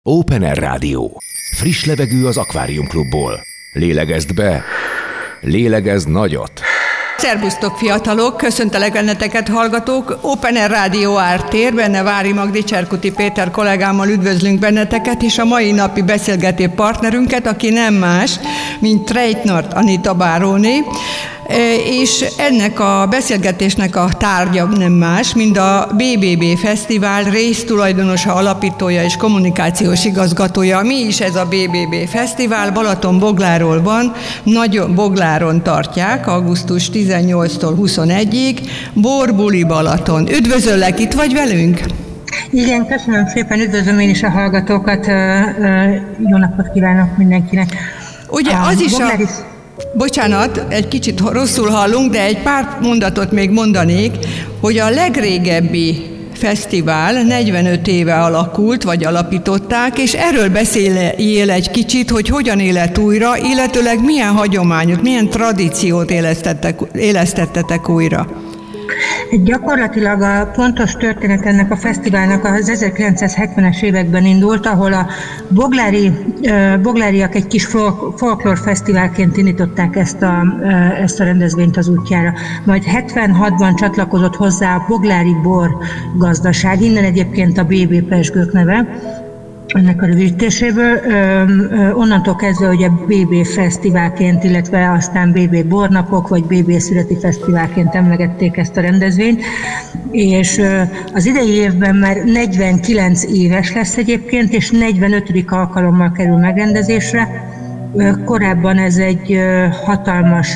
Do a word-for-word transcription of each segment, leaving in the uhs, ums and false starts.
Open Air Rádió. Friss levegő az Akvárium Klubból. Lélegezd be, lélegezd nagyot. Szerbusztok, fiatalok! Köszöntelek benneteket, hallgatók! Open Air Rádió ártér, benne Vári Magdi, Cserkuti Péter kollégámmal üdvözlünk benneteket, és a mai napi beszélgető partnerünket, aki nem más, mint Treitnert Anita báróné, és ennek a beszélgetésnek a tárgya nem más, mint a bé bé bé Fesztivál résztulajdonosa, alapítója és kommunikációs igazgatója. Mi is ez a bé bé bé Fesztivál? Balatonbogláról van, nagyon Bogláron tartják, augusztus tizennyolcadikától huszonegyedikéig, Borbuli Balaton. Üdvözöllek, itt vagy velünk? Igen, köszönöm szépen, üdvözlöm én is a hallgatókat, jó napot kívánok mindenkinek. Ugye az is a... Bocsánat, egy kicsit rosszul hallunk, de egy pár mondatot még mondanék, hogy a legrégebbi fesztivál negyvenöt éve alakult, vagy alapították, és erről beszéljél egy kicsit, hogy hogyan élet újra, illetőleg milyen hagyományot, milyen tradíciót élesztettetek újra. Gyakorlatilag a pontos történet ennek a fesztiválnak az ezerkilencszázhetvenes években indult, ahol a boglári, bogláriak egy kis folklórfesztiválként indították ezt a, ezt a rendezvényt az útjára. Majd hetvenhatban csatlakozott hozzá a Boglári Bor Gazdaság, innen egyébként a bé bé Pezsgők neve, ennek a rövidítéséből. Onnantól kezdve ugye bé bé Fesztiválként, illetve aztán bé bé Bornapok, vagy bé bé Születi Fesztiválként emlegették ezt a rendezvényt, és az idei évben már negyvenkilenc éves lesz egyébként, és negyvenötödik alkalommal kerül megrendezésre. Korábban ez egy hatalmas,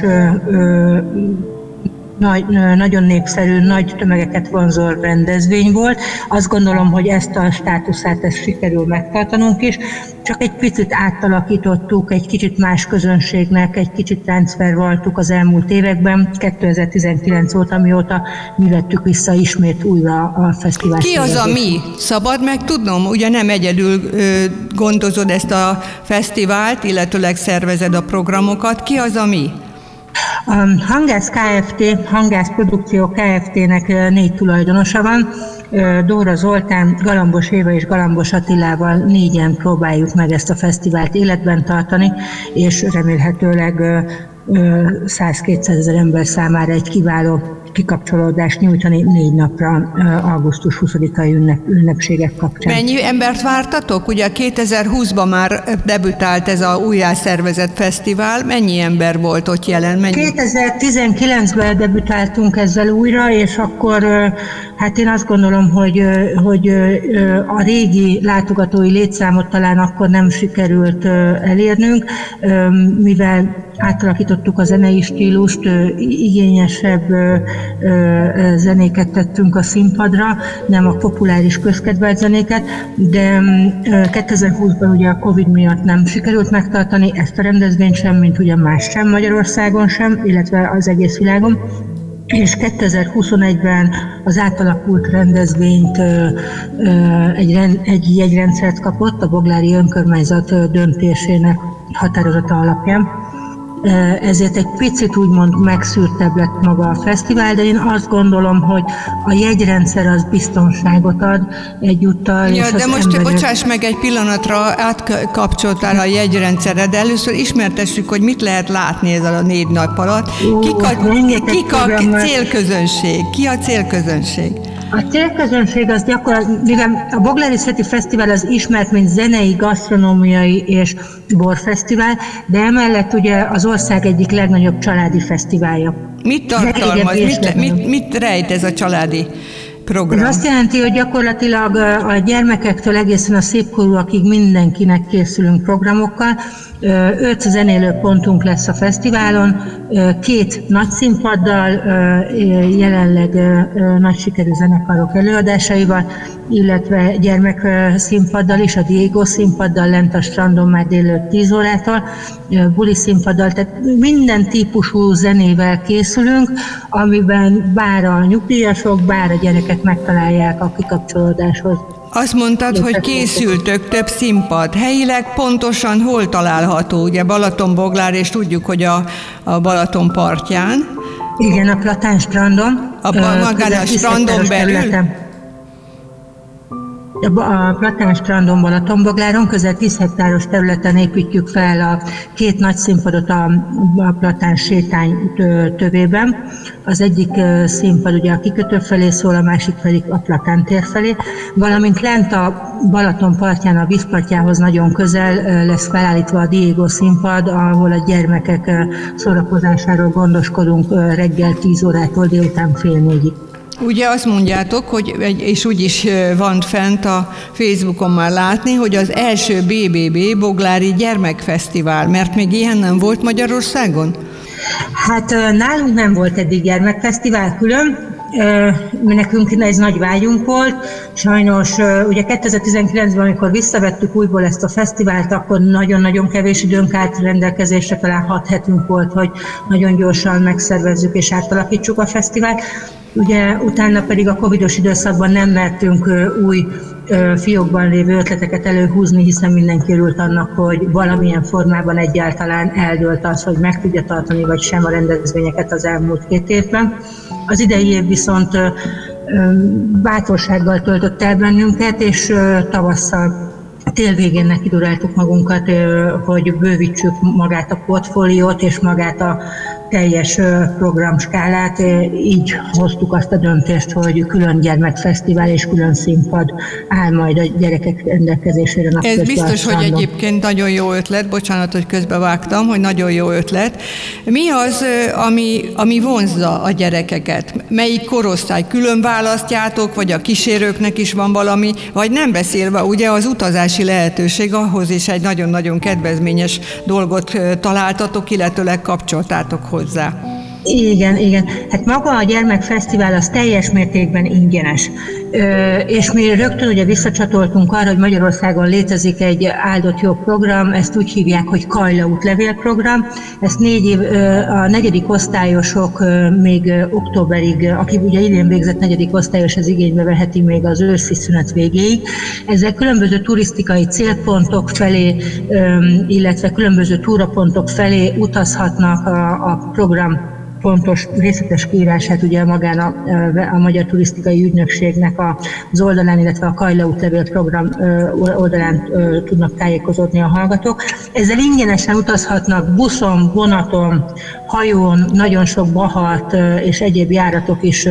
Nagy, nagyon népszerű, nagy tömegeket vonzó rendezvény volt. Azt gondolom, hogy ezt a státuszát ezt sikerül megtartanunk is. Csak egy picit átalakítottuk, egy kicsit más közönségnek, egy kicsit transfervaltuk az elmúlt években, kétezer-tizenkilenc óta, mióta mi vettük vissza ismét újra a fesztivál. Ki az a mi? Szabad meg tudnom, ugye nem egyedül ö, gondozod ezt a fesztivált, illetőleg szervezed a programokat. Ki az a mi? A Hangász Kft., Hangász Produkció Kft.-nek négy tulajdonosa van, Dóra Zoltán, Galambos Éva és Galambos Attilával négyen próbáljuk meg ezt a fesztivált életben tartani, és remélhetőleg száz-kétszázezer ember számára egy kiváló kikapcsolódást nyújtani négy napra augusztus huszadikai ünnep, ünnepségek kapcsán. Mennyi embert vártatok? Ugye kétezer-húszban már debütált ez a újjászervezett fesztivál. Mennyi ember volt ott jelen? Mennyi? kétezer-tizenkilencben debütáltunk ezzel újra, és akkor hát én azt gondolom, hogy, hogy a régi látogatói létszámot talán akkor nem sikerült elérnünk, mivel átalakítottuk a zenei stílust, igényesebb zenéket tettünk a színpadra, nem a populáris közkedvelt zenéket, de kétezer-húszban ugye a Covid miatt nem sikerült megtartani ezt a rendezvényt sem, mint ugye más sem Magyarországon sem, illetve az egész világon. És kétezer-huszonegyben az átalakult rendezvényt egy, egy jegyrendszert kapott a Boglári Önkormányzat döntésének határozata alapján. Ezért egy picit úgymond megszűrtebb lett maga a fesztivál, de én azt gondolom, hogy a jegyrendszer az biztonságot ad egyúttal. Ja, és de az most emberek... bocsáss meg, egy pillanatra átkapcsoltál a jegyrendszerre, de először ismertessük, hogy mit lehet látni ezzel a négy nap alatt. Kik a, kik a célközönség? Ki a célközönség? A célközönség az gyakorlatilag, mivel a Boglári Születi Fesztivál az ismert, mint zenei, gasztronómiai és borfesztivál, de emellett ugye az ország egyik legnagyobb családi fesztiválja. Mit tartalmaz, mit, mit, mit rejt ez a családi program? Ez azt jelenti, hogy gyakorlatilag a gyermekektől egészen a szépkorúakig mindenkinek készülünk programokkal. Öt zenélő pontunk lesz a fesztiválon, két nagy színpaddal, jelenleg nagy sikerű zenekarok előadásaival, illetve gyermek színpaddal is, a Diego színpaddal lent a strandon már délelőtt tíz órától, buli színpaddal, tehát minden típusú zenével készülünk, amiben bár a nyugdíjasok, bár a gyerekek megtalálják a kikapcsolódáshoz. Azt mondtad, hogy készültök több színpad. Helyileg pontosan hol található? Ugye Balatonboglár, és tudjuk, hogy a, a Balaton partján. Igen, a Platán strandon. A magán a strandon belül? a Platán strandon, Balatonbogláron, közel tíz hektáros területen építjük fel a két nagy színpadot a, a Platán sétány tövében. Az egyik színpad ugye a kikötő felé szól, a másik pedig a Platán tér felé, valamint lent a Balaton partján, a vízpartjához nagyon közel lesz felállítva a Diego színpad, ahol a gyermekek szórakozásáról gondoskodunk reggel tíz órától délután fél négyig. Ugye azt mondjátok, hogy, és úgy is van fent a Facebookon már látni, hogy az első bé bé bé Boglári Gyermekfesztivál, mert még ilyen nem volt Magyarországon? Hát nálunk nem volt eddig gyermekfesztivál külön, mi nekünk ez nagy vágyunk volt. Sajnos ugye kétezer-tizenkilencben, amikor visszavettük újból ezt a fesztivált, akkor nagyon-nagyon kevés időnk állt rendelkezésre, talán hat hetünk volt, hogy nagyon gyorsan megszervezzük és átalakítsuk a fesztivált. Ugye utána pedig a covidos időszakban nem mertünk új fiókban lévő ötleteket előhúzni, hiszen mindenki örült annak, hogy valamilyen formában egyáltalán eldőlt az, hogy meg tudja tartani, vagy sem a rendezvényeket az elmúlt két évben. Az idei év viszont bátorsággal töltött el bennünket, és tavasszal tél végén nekiduráltuk magunkat, hogy bővítsük magát a portfóliót és magát a teljes programskálát, így hoztuk azt a döntést, hogy külön gyermekfesztivál és külön színpad áll majd a gyerekek rendelkezésére napközben. Ez biztos, hogy egyébként nagyon jó ötlet, bocsánat, hogy közbevágtam, hogy nagyon jó ötlet. Mi az, ami, ami vonzza a gyerekeket? Melyik korosztály? Külön választjátok, vagy a kísérőknek is van valami, vagy nem beszélve, ugye az utazási lehetőség, ahhoz is egy nagyon-nagyon kedvezményes dolgot találtatok, illetőleg kapcsoltátok hozzá. Hozzá. Igen, igen. Hát maga a gyermekfesztivál az teljes mértékben ingyenes. Ö, és mi rögtön ugye visszacsatoltunk arra, hogy Magyarországon létezik egy áldott jog program, ezt úgy hívják, hogy Kajla útlevél program. Ezt négy év, a negyedik osztályosok még októberig, aki ugye idén végzett negyedik osztályos, az igénybe veheti még az őszi szünet végéig. Ezek különböző turisztikai célpontok felé, illetve különböző túrapontok felé utazhatnak a, a program pontos részletes kiírását ugye magán a, a Magyar Turisztikai Ügynökségnek az oldalán, illetve a Kajla útlevél program oldalán tudnak tájékozódni a hallgatók. Ezzel ingyenesen utazhatnak buszon, vonaton, hajón, nagyon sok bahat és egyéb járatok is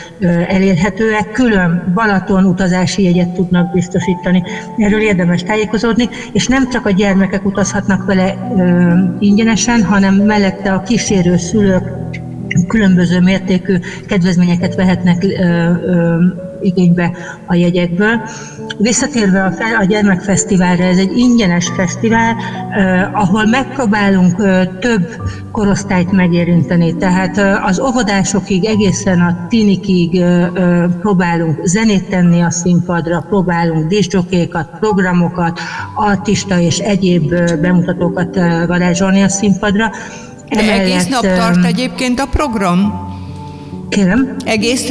elérhetőek. Külön Balaton utazási jegyet tudnak biztosítani. Erről érdemes tájékozódni, és nem csak a gyermekek utazhatnak vele ingyenesen, hanem mellette a kísérő szülők különböző mértékű kedvezményeket vehetnek ö, ö, igénybe a jegyekből. Visszatérve a, fel, a gyermekfesztiválra, ez egy ingyenes fesztivál, eh, ahol megpróbálunk eh, több korosztályt megérinteni. Tehát eh, az óvodásokig, egészen a tinikig eh, eh, próbálunk zenét tenni a színpadra, próbálunk diszjokékat, programokat, artista és egyéb eh, bemutatókat eh, varázsolni a színpadra. De Emellett, egész nap tart egyébként a program? Kérem? Egész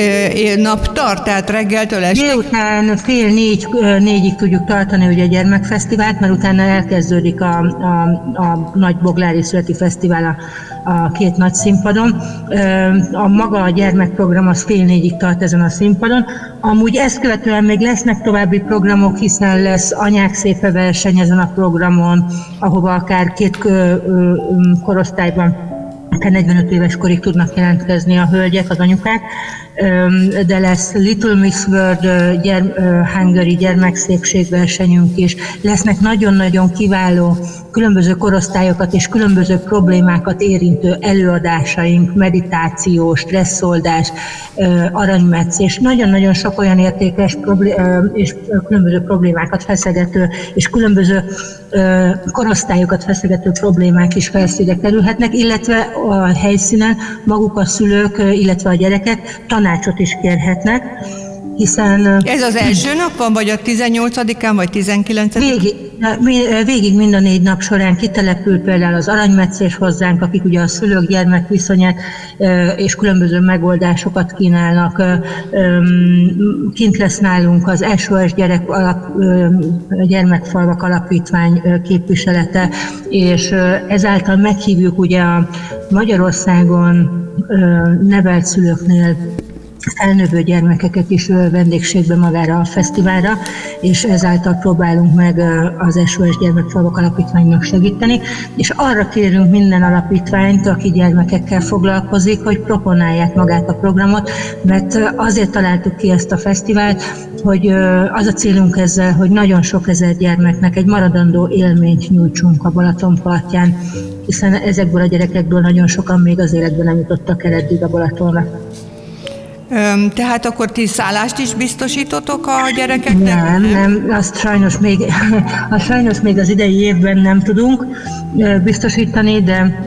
ö, ö, nap tart, tehát reggeltől estig? Délután fél négy, négyig tudjuk tartani ugye a gyermekfesztivált, mert utána elkezdődik a, a, a nagy Boglári Születi Fesztivál a, a két nagy színpadon. A maga a gyermekprogram az fél négyig tart ezen a színpadon. Amúgy ezt követően még lesznek további programok, hiszen lesz anyák szépe verseny ezen a programon, ahova akár két korosztályban akár negyvenöt éves korig tudnak jelentkezni a hölgyek, az anyukák, de lesz Little Miss World gyerm, Hungary gyermekszépségversenyünk is. Lesznek nagyon-nagyon kiváló különböző korosztályokat és különböző problémákat érintő előadásaink, meditáció, stresszoldás, aranymetsz, és nagyon-nagyon sok olyan értékes problé- és különböző problémákat feszegető, és különböző korosztályokat feszegető problémák is felszínre kerülhetnek, illetve a helyszínen maguk a szülők, illetve a gyerekek tanácsot is kérhetnek, hiszen... Ez az első nap van, vagy a tizennyolcadikán, vagy tizenkilencedikén? Végig, végig mind a négy nap során kitelepül például az aranymetszés hozzánk, akik ugye a szülők-gyermek viszonyát és különböző megoldásokat kínálnak. Kint lesz nálunk az es o es gyerek alap, gyermekfalvak alapítvány képviselete, és ezáltal meghívjuk ugye a Magyarországon nevelt szülőknél felnövő gyermekeket is vendégségbe magára a fesztiválra, és ezáltal próbálunk meg az es o es Gyermekfalvak Alapítványnak segíteni, és arra kérünk minden alapítványt, aki gyermekekkel foglalkozik, hogy proponálják magát a programot, mert azért találtuk ki ezt a fesztivált, hogy az a célunk ezzel, hogy nagyon sok ezer gyermeknek egy maradandó élményt nyújtsunk a Balaton partján, hiszen ezekből a gyerekekből nagyon sokan még az életben nem jutottak el eddig a Balatonra. Tehát akkor ti szállást is biztosítotok a gyerekeknek? Nem, nem, azt sajnos még, azt sajnos még az idei évben nem tudunk biztosítani, de,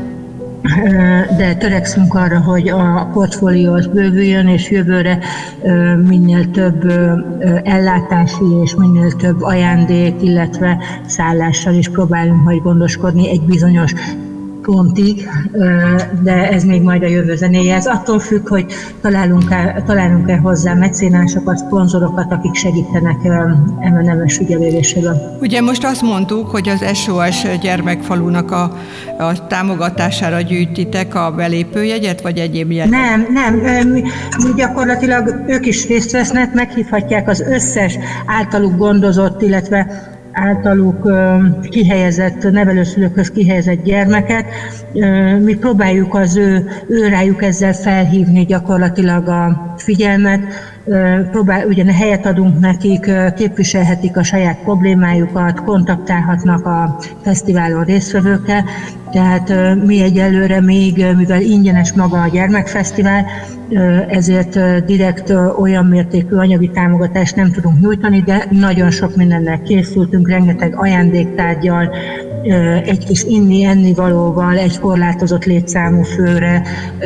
de törekszünk arra, hogy a portfólió az bővüljön, és jövőre minél több ellátási és minél több ajándék, illetve szállással is próbálunk majd gondoskodni egy bizonyos pontig, de ez még majd a jövő zenéje. Ez attól függ, hogy találunk-e, találunk-e hozzá mecénásokat, szponzorokat, akik segítenek ebben nemes ügyelérésében. Ugye most azt mondtuk, hogy az es o es Gyermekfalunak a, a támogatására gyűjtitek a belépőjegyet, vagy egyéb jegyet? Nem, nem. Mi, mi gyakorlatilag ők is részt vesznek, meghívhatják az összes általuk gondozott, illetve általuk kihelyezett, nevelőszülőkhöz kihelyezett gyermeket. Mi próbáljuk az ő, ő rájuk ezzel felhívni gyakorlatilag a figyelmet, próbál, ugye helyet adunk nekik, képviselhetik a saját problémájukat, kontaktálhatnak a fesztiválon résztvevőkkel, tehát mi egyelőre még, mivel ingyenes maga a gyermekfesztivál, ezért direkt olyan mértékű anyagi támogatást nem tudunk nyújtani, de nagyon sok mindennel készültünk, rengeteg ajándéktárggyal, egy kis inni-ennivalóval, egy korlátozott létszámú főre,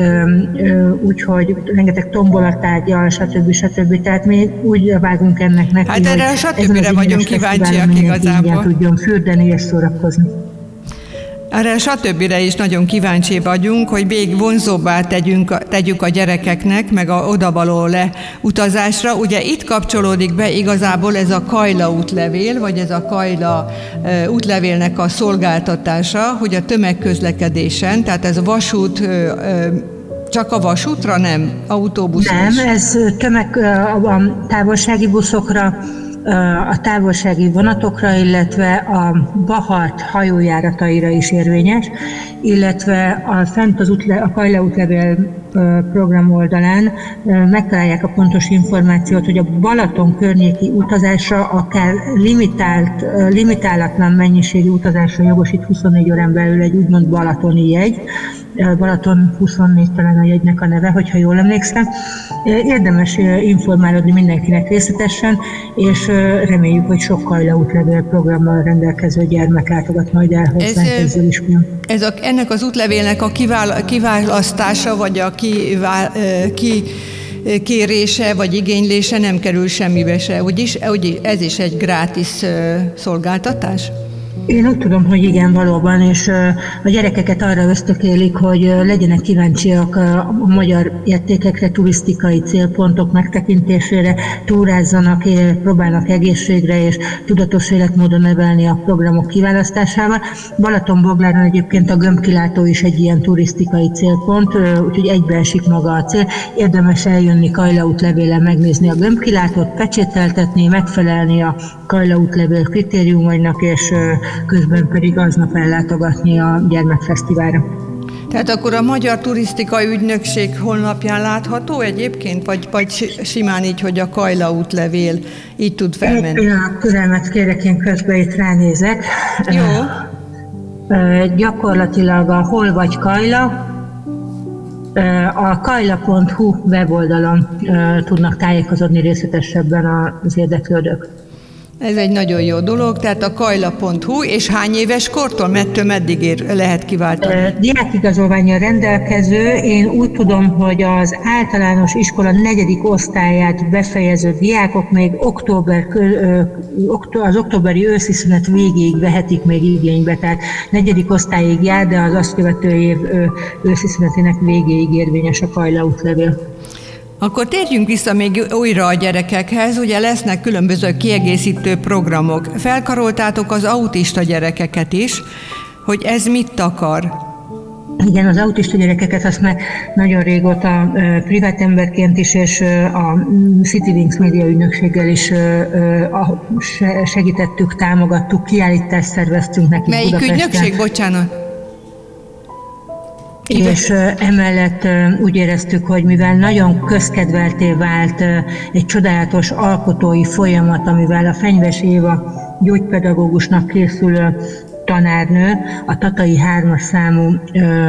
úgyhogy rengeteg tombolatárggyal, stb. stb. Tehát mi úgy vágunk ennek neki, hát erre a stb-re vagyunk kíváncsiak igazából. Tudjon fürdeni és szórakozni. Erre a stb-re is nagyon kíváncsi vagyunk, hogy még vonzóbbá tegyünk, tegyük a gyerekeknek, meg a odavaló le utazásra. Ugye itt kapcsolódik be igazából ez a Kajla útlevél, vagy ez a Kajla e, útlevélnek a szolgáltatása, hogy a tömegközlekedésen, tehát ez a vasút, e, csak a vasútra, nem? Autóbusz Nem, is. ez tömeg a távolsági buszokra, a távolsági vonatokra, illetve a Bahart hajójárataira is érvényes, illetve a fent az útle, a Kajla útlevél program oldalán megtalálják a pontos információt, hogy a Balaton környéki utazásra akár limitált, limitálatlan mennyiségű utazásra jogosít huszonnégy órán belül egy úgymond balatoni jegy. Balaton huszonnégy talán a jegynek a neve, hogyha jól emlékszem. Érdemes informálódni mindenkinek részletesen, és reméljük, hogy sok Kajla útlevél programmal rendelkező gyermek látogat majd el hozzánk ezzel is. Ez a, ennek az útlevélnek a kivál, kiválasztása, vagy a kivál, ki, kérése, vagy igénylése nem kerül semmibe se, úgyis, úgy, ez is egy grátis szolgáltatás? Én úgy tudom, hogy igen, valóban, és a gyerekeket arra ösztökélik, hogy legyenek kíváncsiak a magyar értékekre, turisztikai célpontok megtekintésére, túrázzanak, próbálnak egészségre és tudatos életmódon nevelni a programok kiválasztásával. Balatonbogláron egyébként a gömbkilátó is egy ilyen turisztikai célpont, úgyhogy egybeesik maga a cél. Érdemes eljönni Kajla útlevéllel megnézni a gömbkilátót, pecsételtetni, megfelelni a Kajla útlevél kritériumainak, és közben pedig aznap ellátogatni a gyermekfesztiválra. Tehát akkor a Magyar Turisztikai Ügynökség honlapján látható egyébként, vagy, vagy simán így, hogy a Kajla útlevél így tud felmenni? Egy pillanat türelmet kérek, én közben itt ránézek. Jó. Gyakorlatilag a Hol vagy Kajla, a kajla pont hu weboldalon tudnak tájékozódni részletesebben az érdeklődők. Ez egy nagyon jó dolog, tehát a kajla pont hu, és hány éves kortól, mettől meddig ér, lehet kiváltani? Diákigazolvánnyal rendelkező, én úgy tudom, hogy az általános iskola negyedik osztályát befejező diákok még október, az októberi őszi szünet végéig vehetik még igénybe, tehát negyedik osztályig jár, de az azt követő év őszi szünetének végéig érvényes a Kajla útlevél. Akkor térjünk vissza még újra a gyerekekhez, ugye lesznek különböző kiegészítő programok. Felkaroltátok az autista gyerekeket is, hogy ez mit akar? Igen, az autista gyerekeket azt már nagyon régóta uh, privát emberként is, és uh, a City Wings média ügynökséggel is uh, uh, segítettük, támogattuk, kiállítást szerveztünk nekik Melyik Budapesten. Melyik ügynökség, bocsánat? És uh, emellett uh, úgy éreztük, hogy mivel nagyon közkedvelté vált uh, egy csodálatos alkotói folyamat, amivel a Fenyves Éva gyógypedagógusnak készülő tanárnő a Tatai hármas számú ö,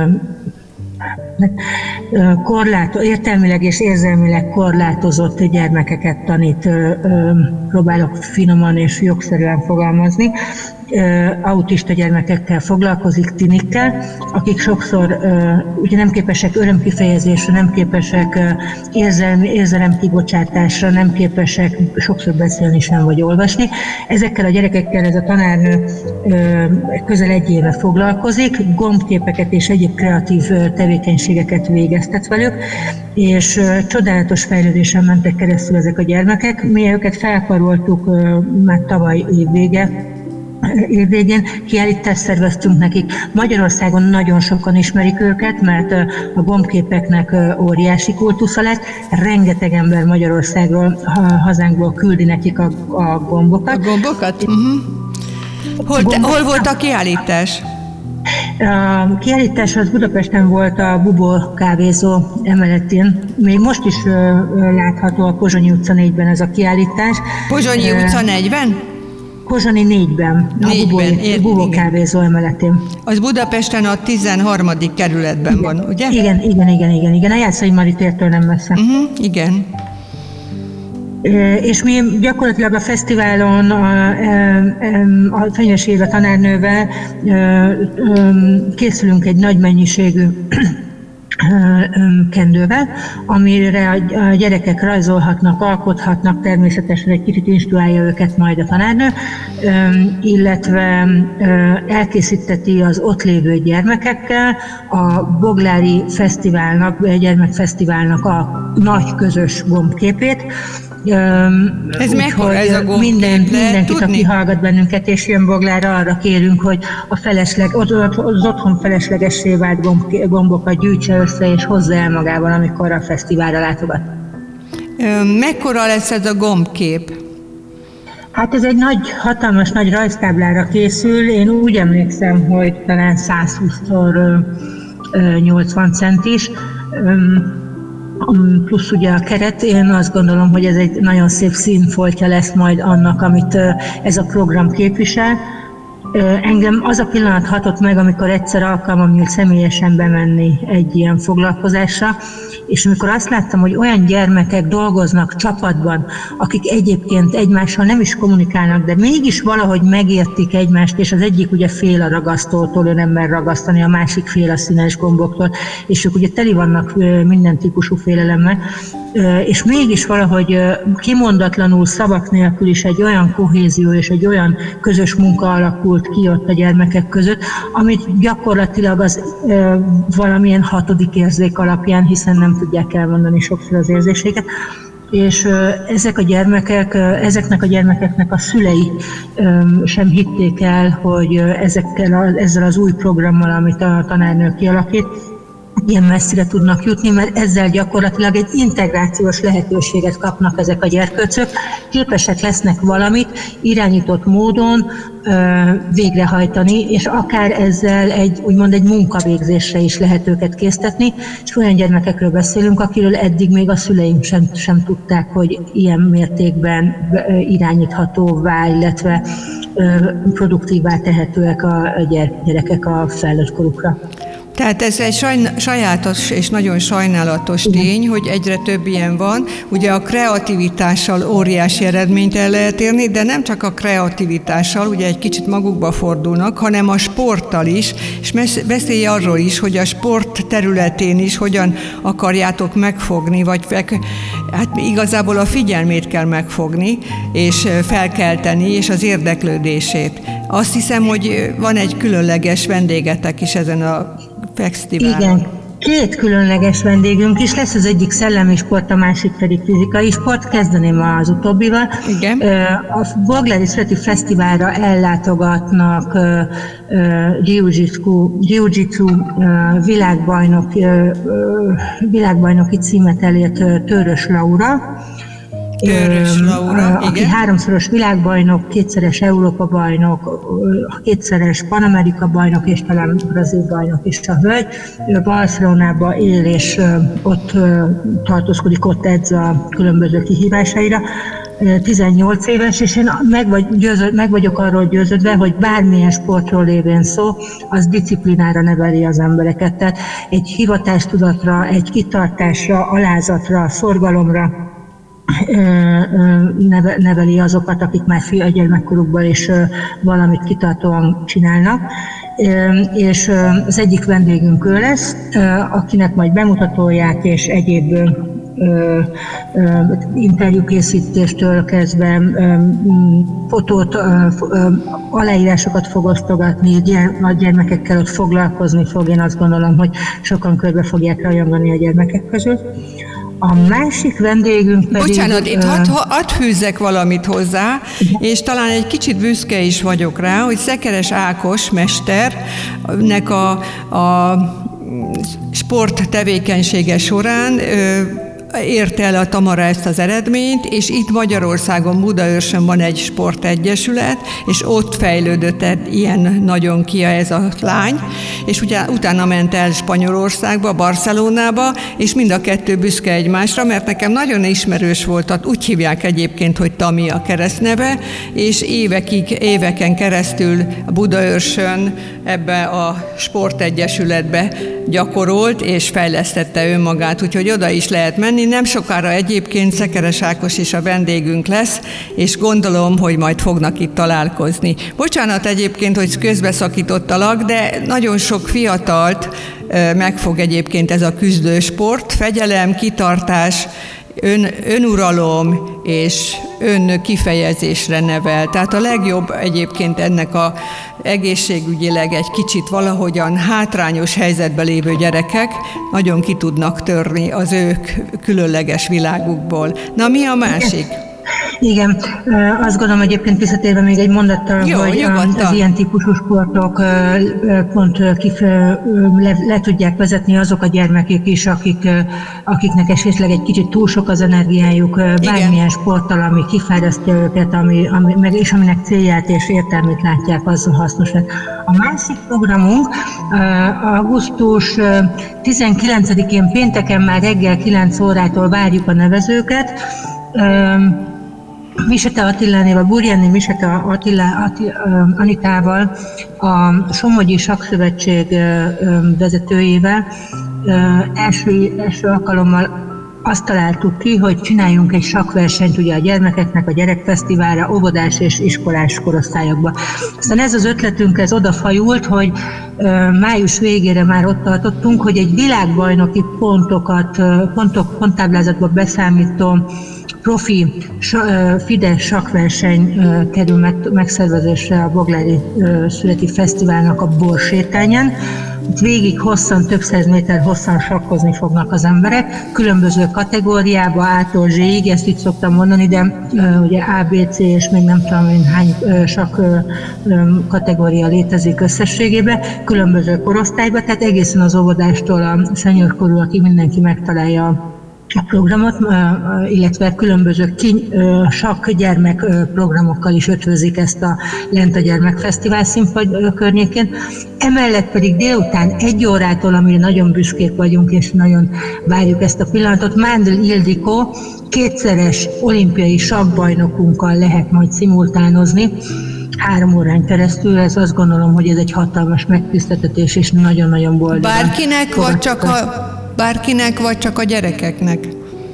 korlát, értelmileg és érzelmileg korlátozott gyermekeket tanít, ö, ö, próbálok finoman és jogszerűen fogalmazni. Autista gyermekekkel foglalkozik, tinikkel, akik sokszor ugye nem képesek örömkifejezésre, nem képesek érzelmi, érzelemkibocsátásra, nem képesek sokszor beszélni sem vagy olvasni. Ezekkel a gyerekekkel ez a tanárnő közel egy éve foglalkozik, gombképeket és egyéb kreatív tevékenységeket végeztet velük, és csodálatos fejlődésen mentek keresztül ezek a gyermekek. Mi őket felkaroltuk már tavaly évvége, évvégén, kiállítást szerveztünk nekik. Magyarországon nagyon sokan ismerik őket, mert a gombképeknek óriási kultusza lett. Rengeteg ember Magyarországról, hazánkból küldi nekik a, a gombokat. A gombokat? Uh-huh. Hol, te, hol volt a kiállítás? A kiállítás az Budapesten volt a Bubó kávézó emeletén. Még most is látható a Pozsonyi utca négyben ez a kiállítás. Pozsonyi utca negyven? Pozsonyi négyben, négyben, a Bubó kávézó emeletén. Az Budapesten a tizenharmadik kerületben van, ugye? Igen, igen, igen, igen, igen. A Jászai Mari tértől nem messze. Uh-huh, igen. És mi gyakorlatilag a fesztiválon a, a Fenyves Éva tanárnővel készülünk egy nagy mennyiségű kendővel, amire a gyerekek rajzolhatnak, alkothatnak, természetesen egy kicsit instruálja őket majd a tanárnő, illetve elkészíteti az ott lévő gyermekekkel a Boglári Fesztiválnak, gyermekfesztiválnak a nagy közös gombképét. Ez mekkora ez a gombkép? Minden, mindenkit, aki hallgat bennünket és jön Boglára, arra kérünk, hogy a felesleg, az otthon feleslegessé vált gomb, gombokat gyűjtse össze és hozza el magával, amikor a fesztiválra látogat. Mekkora lesz ez a gombkép? Hát ez egy nagy, hatalmas nagy rajztáblára készül. Én úgy emlékszem, hogy talán száz húszszor nyolcvan centis. Plusz ugye a keret, én azt gondolom, hogy ez egy nagyon szép színfoltja lesz majd annak, amit ez a program képvisel. Engem az a pillanat hatott meg, amikor egyszer alkalmam nyílt személyesen bemenni egy ilyen foglalkozásra, és amikor azt láttam, hogy olyan gyermekek dolgoznak csapatban, akik egyébként egymással nem is kommunikálnak, de mégis valahogy megértik egymást, és az egyik ugye fél a ragasztótól, ő nem mer ragasztani, a másik fél a színes gomboktól, és ők ugye teli vannak minden típusú félelemmel, és mégis valahogy kimondatlanul, szavak nélkül is egy olyan kohézió és egy olyan közös munka alakult ki ott a gyermekek között, amit gyakorlatilag az valamilyen hatodik érzék alapján, hiszen nem tudják elmondani sokszor az érzéseiket, és ezek a gyermekek, ezeknek a gyermekeknek a szülei sem hitték el, hogy ezekkel, ezzel az új programmal, amit a tanárnő kialakít, ilyen messzire tudnak jutni, mert ezzel gyakorlatilag egy integrációs lehetőséget kapnak ezek a gyerkőcök, képesek lesznek valamit irányított módon ö, végrehajtani, és akár ezzel egy, úgymond egy munkavégzésre is lehet őket késztetni, és olyan gyermekekről beszélünk, akiről eddig még a szüleink sem, sem tudták, hogy ilyen mértékben irányíthatóvá, illetve ö, produktívvá tehetőek a gyerekek a felnőtt korukra. Tehát ez egy sajátos és nagyon sajnálatos tény, hogy egyre több ilyen van. Ugye a kreativitással óriási eredményt el lehet érni, de nem csak a kreativitással, ugye egy kicsit magukba fordulnak, hanem a sporttal is, és beszélj arról is, hogy a sport területén is hogyan akarjátok megfogni, vagy hát igazából a figyelmét kell megfogni, és felkelteni, és az érdeklődését. Azt hiszem, hogy van egy különleges vendégetek is ezen a fesztiválon. Igen, két különleges vendégünk is lesz, az egyik szellemi sport, a másik pedig fizikai sport. Kezdeném az utóbbival. Igen. A Boglari Születi Fesztiválra ellátogatnak jiu-jitsu, jiu-jitsu világbajnok, világbajnoki címet elért Törös Laura. Törös Laura, aki igen. háromszoros világbajnok, kétszeres Európa bajnok, kétszeres Panamerika bajnok, és talán brazil bajnok is a hölgy. Ő Barcelonában él, és ott tartózkodik, ott edz a különböző kihívásaira. tizennyolc éves, és én meg, vagy győző, meg vagyok arról győződve, hogy bármilyen sportról lévén szó, az disziplinára neveli az embereket. Tehát egy hivatástudatra, egy kitartásra, alázatra, szorgalomra neveli azokat, akik már fiatal gyermekkorukban is valamit kitartóan csinálnak. És az egyik vendégünk ő lesz, akinek majd bemutatóját és egyéb interjúkészítéstől kezdve fotót, aláírásokat fog osztogatni, nagy gyermekekkel ott foglalkozni fog. Én azt gondolom, hogy sokan körbe fogják rajongani a gyermekek között. A másik vendégünk pedig... Bocsánat, itt hadd had fűzzek valamit hozzá, és talán egy kicsit büszke is vagyok rá, hogy Szekeres Ákos mesternek a, a sport tevékenysége során érte el a Tamara ezt az eredményt, és itt Magyarországon, Budaörsön van egy sportegyesület, és ott fejlődött ilyen nagyon ki ez a lány, és ugye, utána ment el Spanyolországba, Barcelonába, és mind a kettő büszke egymásra, mert nekem nagyon ismerős volt, úgy hívják egyébként, hogy Tami a keresztneve, és évekig, éveken keresztül Budaörsön ebbe a sportegyesületbe gyakorolt, és fejlesztette önmagát, úgyhogy oda is lehet menni. Nem sokára egyébként Szekeres Ákos is a vendégünk lesz, és gondolom, hogy majd fognak itt találkozni. Bocsánat egyébként, hogy közbeszakítottalak, de nagyon sok fiatalt megfog egyébként ez a küzdősport, fegyelem, kitartás, ön, önuralom és ön kifejezésre nevel. Tehát a legjobb egyébként ennek a egészségügyileg egy kicsit valahogyan hátrányos helyzetben lévő gyerekek nagyon ki tudnak törni az ők különleges világukból. Na, mi a másik? Igen, azt gondolom egyébként visszatérve még egy mondattal, Jó, hogy nyugodtan. Az ilyen típusú sportok pont kif, le, le tudják vezetni azok a gyermekek is, akik, akiknek esetleg egy kicsit túl sok az energiájuk, bármilyen Igen. sporttal, ami kifárasztja őket, ami, ami, meg, és aminek célját és értelmét látják, az hasznos. A másik programunk augusztus tizenkilencedikén pénteken már reggel kilenc órától várjuk a nevezőket. Misete Attilánéval, Burjáni Misete Attila, Attila, Anitával, a Somogyi Sakszövetség vezetőjével első, első alkalommal azt találtuk ki, hogy csináljunk egy sakkversenyt ugye a gyermekeknek, a gyerekfesztiválra, óvodás és iskolás korosztályokban. Aztán ez az ötletünk, ez odafajult, hogy május végére már ott tartottunk, hogy egy világbajnoki pontokat, pontok, ponttáblázatba beszámító profi Fidesz sakkverseny kerül megszervezésre a Boglári Születi Fesztiválnak a Borsétányán. Itt végig hosszan, több száz méter hosszan sakkozni fognak az emberek, különböző kategóriába, A-tól Z-ig, ezt így szoktam mondani, de ugye A, B, C és még nem tudom én hány sakk kategória létezik összességében, különböző korosztályban, tehát egészen az óvodástól a seniorkorúakig mindenki megtalálja a programot, illetve különböző sakk gyermek programokkal is ötvözik ezt a Lent a Gyermekfesztivál színpad környékén. Emellett pedig délután egy órától, amire nagyon büszkék vagyunk és nagyon várjuk ezt a pillanatot, Mándl Ildikó kétszeres olimpiai sakkbajnokunkkal lehet majd szimultánozni három órán keresztül. Ez azt gondolom, hogy ez egy hatalmas megtiszteltetés és nagyon-nagyon boldog. Bárkinek, vagy csak a Bárkinek, vagy csak a gyerekeknek?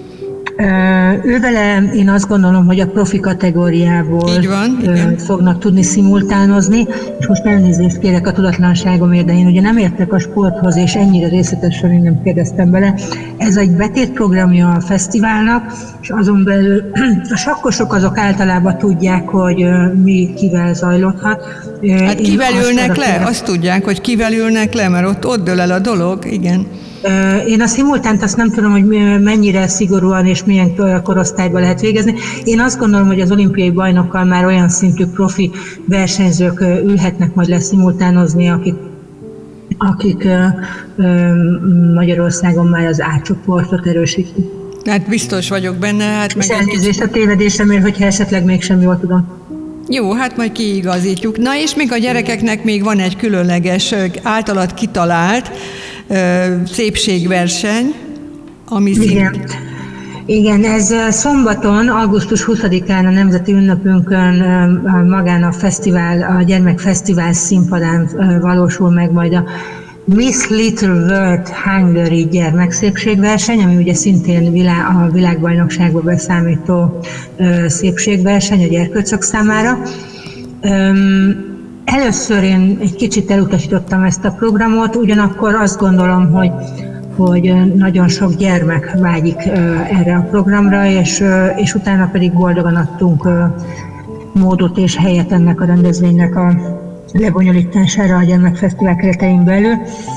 Ővele én azt gondolom, hogy a profi kategóriából Így van, igen. fognak tudni szimultánozni, és most elnézést kérek a tudatlanságomért, de én ugye nem értek a sporthoz, és ennyire részletesen én nem kérdeztem bele. Ez egy betétprogramja a fesztiválnak, és azon belül a sakkosok azok általában tudják, hogy mi kivel zajlódhat. Hát kivel ülnek le? Azt tudják, hogy kivel ülnek le, mert ott, ott dől el a dolog, igen. Én a szimultánt azt nem tudom, hogy mennyire szigorúan és milyen korosztályban lehet végezni. Én azt gondolom, hogy az olimpiai bajnokkal már olyan szintű profi versenyzők ülhetnek majd le szimultánozni, akik, akik Magyarországon már az A csoportot erősítik. Hát biztos vagyok benne. Hát meg elnézést a tévedésemért, hogyha esetleg mégsem jól tudom. Jó, hát majd kiigazítjuk. Na és még a gyerekeknek még van egy különleges, általad kitalált ö, szépségverseny, ami Igen. szint... Igen, ez szombaton, augusztus huszadikán a nemzeti ünnepünkön magán a fesztivál, a gyermekfesztivál színpadán valósul meg majd a Miss Little World Hungary gyermekszépségverseny, ami ugye szintén világ, a világbajnokságba beszámító ö, szépségverseny a gyerkőcök számára. Öm, először én egy kicsit elutasítottam ezt a programot, ugyanakkor azt gondolom, hogy, hogy nagyon sok gyermek vágyik ö, erre a programra, és, ö, és utána pedig boldogan adtunk ö, módot és helyet ennek a rendezvénynek a lebonyolítására a gyermekfesztivál keretein belül.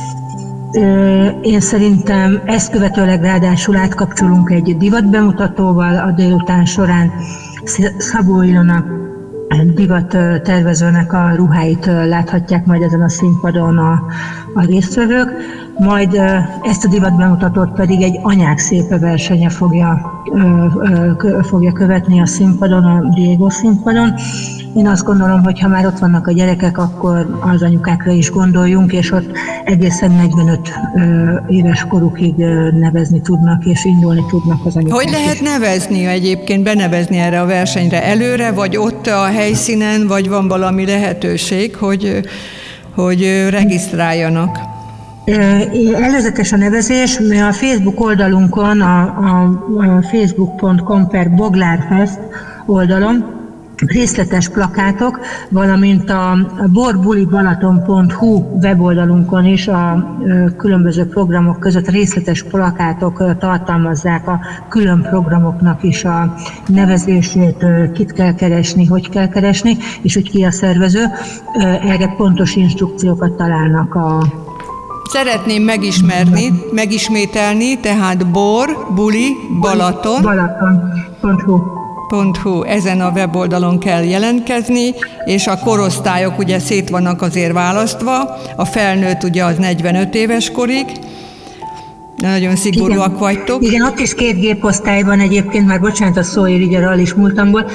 Én szerintem ezt követőleg ráadásul átkapcsolunk egy divat bemutatóval a délután során. Szabó Ilona divat tervezőnek a ruháit láthatják majd ezen a színpadon a, a résztvevők, majd ezt a divat bemutatót pedig egy anyák szépe versenye fogja, fogja követni a színpadon, a Diego színpadon. Én azt gondolom, hogy ha már ott vannak a gyerekek, akkor az anyukákra is gondoljunk, és ott egészen negyvenöt éves korukig nevezni tudnak, és indulni tudnak az anyukák. Hogy lehet nevezni egyébként, benevezni erre a versenyre előre, vagy ott a helyszínen, vagy van valami lehetőség, hogy, hogy regisztráljanak? Előzetes a nevezés, mi a Facebook oldalunkon, a, a facebook pont com per Boglárfest oldalon részletes plakátok, valamint a borbulibalaton pont hu weboldalunkon is a különböző programok között részletes plakátok tartalmazzák a külön programoknak is a nevezését, kit kell keresni, hogy kell keresni, és hogy ki a szervező. Erre pontos instrukciókat találnak a Szeretném megismerni, megismételni, tehát Bor, Buli, Balaton. Balaton pont hu. .hu, ezen a weboldalon kell jelentkezni, és a korosztályok ugye szét vannak azért választva, a felnőtt ugye az negyvenöt éves korig, nagyon szigorúak Igen. vagytok. Igen, ott is két géposztály van egyébként, már bocsánat, a szóért így arra is múltamból.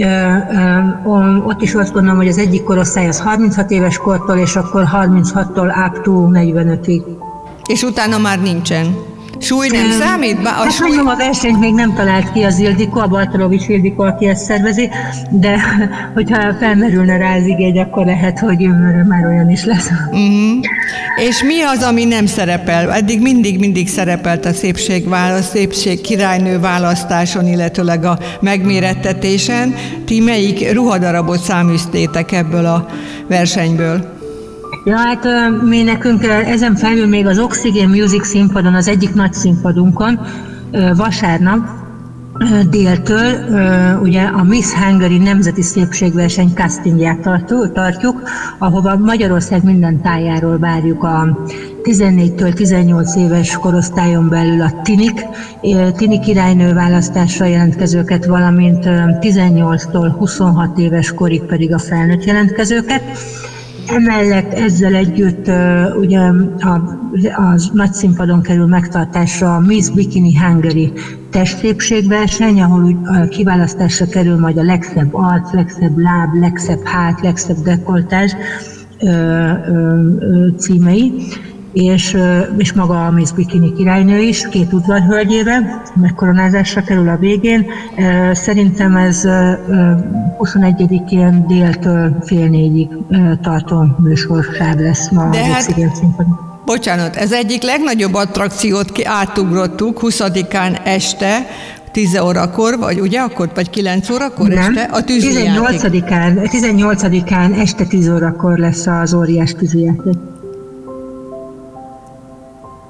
Ott is azt gondolom, hogy az egyik korosztály az harminchat éves kortól, és akkor harminchattól up to negyvenötig. És utána már nincsen. Súly nem számít? A hát súly... mondom, a versenyt még nem talált ki az Ildikó, a Baltalovics Ildikó, aki ezt szervezi, de hogyha felmerülne rá az igény, akkor lehet, hogy jövőre már olyan is lesz. Uh-huh. És mi az, ami nem szerepel? Eddig mindig-mindig szerepelt a szépségválasz, szépség királynő választáson, illetőleg a megmérettetésen. Ti melyik ruhadarabot száműztétek ebből a versenyből? Ja, hát mi nekünk ezen felül még az Oxygen Music színpadon, az egyik nagy színpadunkon vasárnap déltől ugye a Miss Hungary nemzeti szépségverseny castingját tartjuk, ahova Magyarország minden tájáról várjuk a tizennégytől tizennyolc éves korosztályon belül a tinik, tini királynő választásra jelentkezőket, valamint tizennyolctól huszonhat éves korig pedig a felnőtt jelentkezőket. Emellett ezzel együtt uh, ugye a, a nagy színpadon kerül megtartásra a Miss Bikini Hungary testszépségverseny, ahol uh, kiválasztásra kerül majd a legszebb arc, legszebb láb, legszebb hát, legszebb dekoltázs uh, uh, címei, és, uh, és maga a Miss Bikini királynő is, két udvarhölgyével, megkoronázásra kerül a végén. Uh, szerintem ez uh, huszonegyedikén déltől fél négyig uh, tartó műsorsáv lesz ma De az hát, Oxygen színpadon. Bocsánat, ez egyik legnagyobb attrakciót átugrottuk, huszadikán este, tíz órakor, vagy ugye akkor, vagy kilenc órakor Nem. este? A tűzijáték. tizennyolcadikán, tizennyolcadikán este tíz órakor lesz az óriás tűzijáték.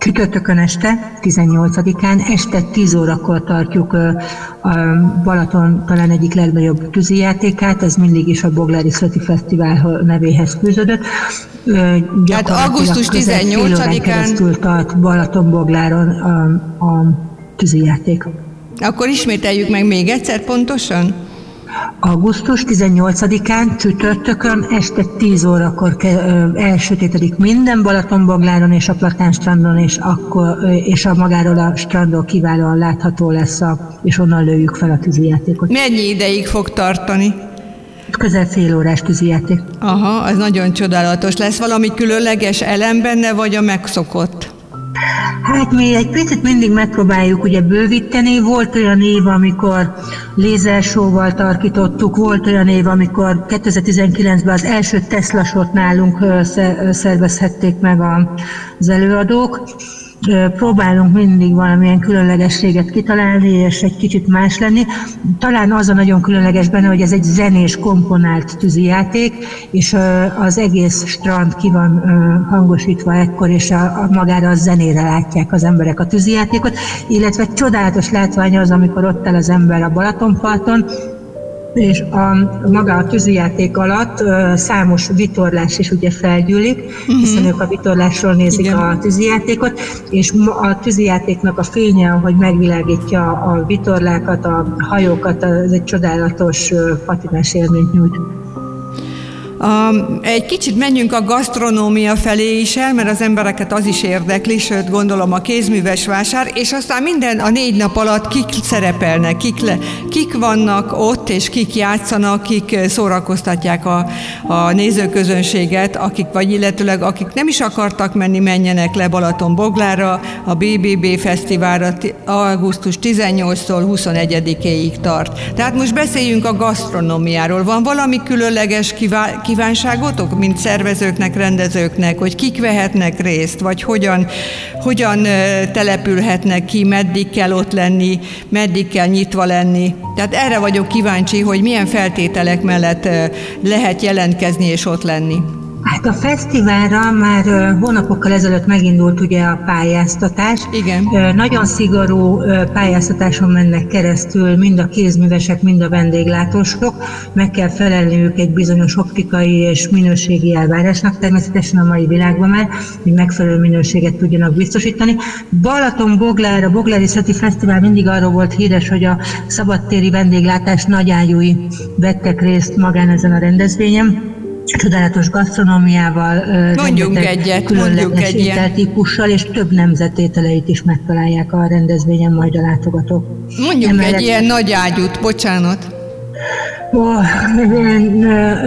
Csütörtökön este, tizennyolcadikán este tíz órakor tartjuk a Balaton talán egyik legnagyobb tűzijátékát, ez mindig is a Boglári Szöti Fesztivál nevéhez fűződött. Hát augusztus tizennyolcadikán keresztül tart Balatonbogláron a, a tűzijáték. Akkor ismételjük meg még egyszer pontosan? augusztus tizennyolcadikán csütörtökön este tíz órakor elsötétedik minden Balatonbogláron és a Platán strandon, és, akkor, és a magáról a strandon kiválóan látható lesz, a, és onnan lőjük fel a tűzijátékot. Mennyi ideig fog tartani? Közel fél órás tűzijáték. Aha, ez nagyon csodálatos. Lesz valami különleges elem benne, vagy a megszokott? Hát mi egy picit mindig megpróbáljuk ugye bővíteni. Volt olyan év, amikor lézersóval tarkítottuk, volt olyan év, amikor kétezer-tizenkilencben az első Tesla shot nálunk szervezhették meg az előadók. Próbálunk mindig valamilyen különlegességet kitalálni, és egy kicsit más lenni. Talán az a nagyon különleges benne, hogy ez egy zenés, komponált tűzijáték, és az egész strand ki van hangosítva ekkor, és a, a magára a zenére látják az emberek a tűzijátékot, illetve csodálatos látvány az, amikor ott áll az ember a Balatonparton, és a, maga a tűzijáték alatt ö, számos vitorlás is ugye felgyűlik, uh-huh. hiszen ők a vitorlásról nézik Igen. a tűzijátékot, és a tűzijátéknak a fénye, ahogy megvilágítja a vitorlákat, a hajókat, ez egy csodálatos ö, patinás élményt nyújt. Um, egy kicsit menjünk a gasztronómia felé is el, mert az embereket az is érdekli, sőt gondolom a kézműves vásár, és aztán minden a négy nap alatt kik szerepelnek, kik, le, kik vannak ott, és kik játszanak, kik szórakoztatják a, a nézőközönséget, akik vagy illetőleg akik nem is akartak menni, menjenek le Balatonboglára, a bé bé bé Fesztiválra augusztus tizennyolcadikától huszonegyedikéig tart. Tehát most beszéljünk a gasztronómiáról. Van valami különleges kivá- kívánságotok, mint szervezőknek, rendezőknek, hogy kik vehetnek részt, vagy hogyan, hogyan települhetnek ki, meddig kell ott lenni, meddig kell nyitva lenni. Tehát erre vagyok kíváncsi, hogy milyen feltételek mellett lehet jelentkezni és ott lenni. Hát a fesztiválra már hónapokkal ezelőtt megindult ugye a pályáztatás. Igen. Nagyon szigorú pályáztatáson mennek keresztül mind a kézművesek, mind a vendéglátósok. Meg kell felelniük egy bizonyos optikai és minőségi elvárásnak, természetesen a mai világban már, hogy megfelelő minőséget tudjanak biztosítani. Balatonboglár, a Boglári Szöti Fesztivál mindig arról volt híres, hogy a szabadtéri vendéglátás nagyágyúi vettek részt magán ezen a rendezvényen. Csodálatos gasztronómiával, mondjunk egyet, különleges egy ételtípussal, és több nemzet ételeit is megtalálják a rendezvényen majd a látogatók. Mondjunk Emellett... egy ilyen nagy ágyút, bocsánat. Oh, én,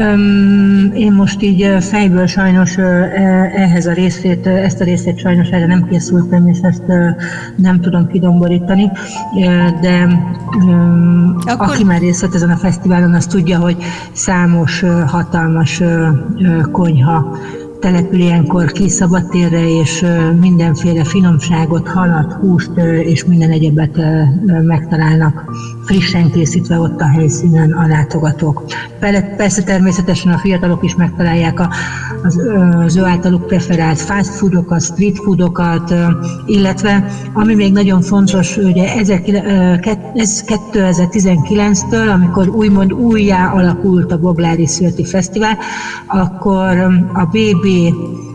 én most így fejből sajnos ehhez a részét, ezt a részét sajnos erre nem készültem, és ezt nem tudom kidomborítani, de Akkor... aki már részt vett ezen a fesztiválon, az tudja, hogy számos hatalmas konyha települ ilyenkor ki szabadtérre, és mindenféle finomságot, halat, húst és minden egyebet megtalálnak frissen készítve ott a helyszínen a látogatók. Persze természetesen a fiatalok is megtalálják az, az ő általuk preferált fast foodokat, street foodokat, illetve ami még nagyon fontos, ugye ez kétezer-tizenkilenctől, amikor úgymond újjá alakult a Boglári Szöti Fesztivál, akkor a bé bé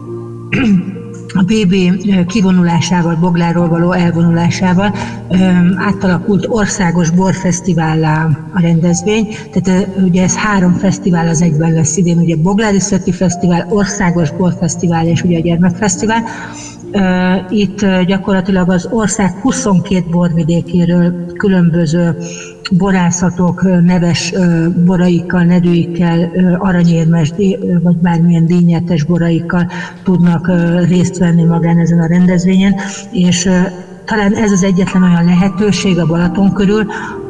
a bé bé kivonulásával, Boglárról való elvonulásával átalakult országos borfesztivállá a rendezvény. Tehát ugye ez három fesztivál az egyben lesz idén, ugye Boglári Szöti Fesztivál, országos borfesztivál és ugye a gyermekfesztivál. Itt gyakorlatilag az ország huszonkét borvidékéről különböző borászatok neves boraikkal, nedőikkel, aranyérmes vagy bármilyen díjnyertes boraikkal tudnak részt venni magán ezen a rendezvényen, és talán ez az egyetlen olyan lehetőség a Balaton körül,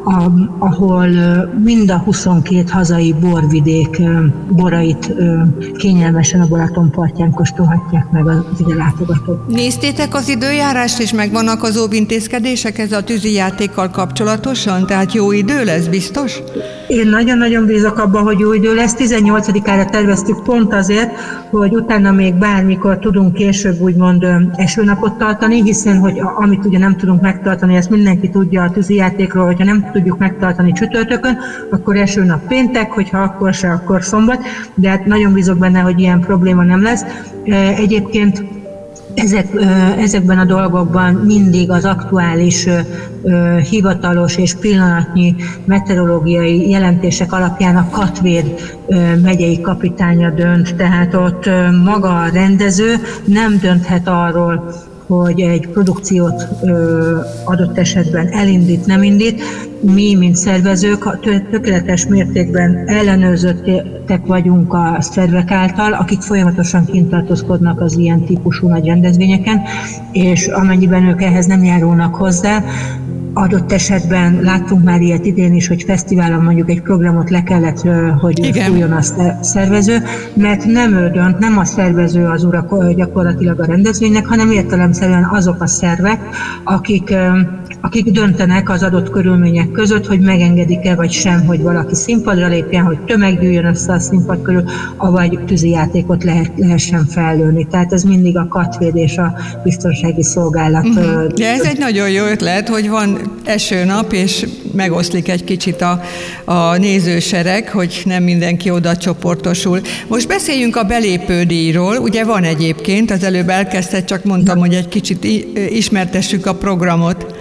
a, ahol mind a huszonkét hazai borvidék borait kényelmesen a Balaton partján kóstolhatják meg az ide látogatók. Néztétek az időjárást, és megvannak az óvintézkedések ez a tűzijátékkal kapcsolatosan? Tehát jó idő lesz, biztos? Én nagyon-nagyon bízok abban, hogy jó idő lesz. tizennyolcadikára terveztük pont azért, hogy utána még bármikor tudunk később úgymond esőnapot tartani, hiszen hogy amit ugye nem tudunk megtartani, ezt mindenki tudja a tűzijátékról, hogyha nem tudjuk megtartani csütörtökön, akkor esőnap péntek, hogyha akkor se, akkor szombat, de hát nagyon bízok benne, hogy ilyen probléma nem lesz. Egyébként Ezek, ezekben a dolgokban mindig az aktuális, hivatalos és pillanatnyi meteorológiai jelentések alapján a Katvéd megyei kapitánya dönt, tehát ott maga a rendező nem dönthet arról, hogy egy produkciót ö, adott esetben elindít, nem indít. Mi, mint szervezők, tökéletes mértékben ellenőrzöttek vagyunk a szervek által, akik folyamatosan kint tartózkodnak az ilyen típusú nagy rendezvényeken, és amennyiben ők ehhez nem járulnak hozzá, adott esetben láttunk már ilyet idén is, hogy fesztiválon mondjuk egy programot le kellett, hogy fújjon a szervező, mert nem ő dönt, nem a szervező az ura gyakorlatilag a rendezvénynek, hanem értelemszerűen azok a szervek, akik, akik döntenek az adott körülmények között, hogy megengedik-e vagy sem, hogy valaki színpadra lépjen, hogy tömeg gyűjjön össze a színpad körül, avagy tűzijátékot lehet, lehessen fellőni. Tehát ez mindig a Katvéd és a biztonsági szolgálat. Uh-huh. De ez egy nagyon jó ötlet, hogy van esőnap, és megoszlik egy kicsit a, a nézősereg, hogy nem mindenki oda csoportosul. Most beszéljünk a belépődíjról. Ugye van egyébként, az előbb elkezdted, csak mondtam, hogy egy kicsit ismertessük a programot.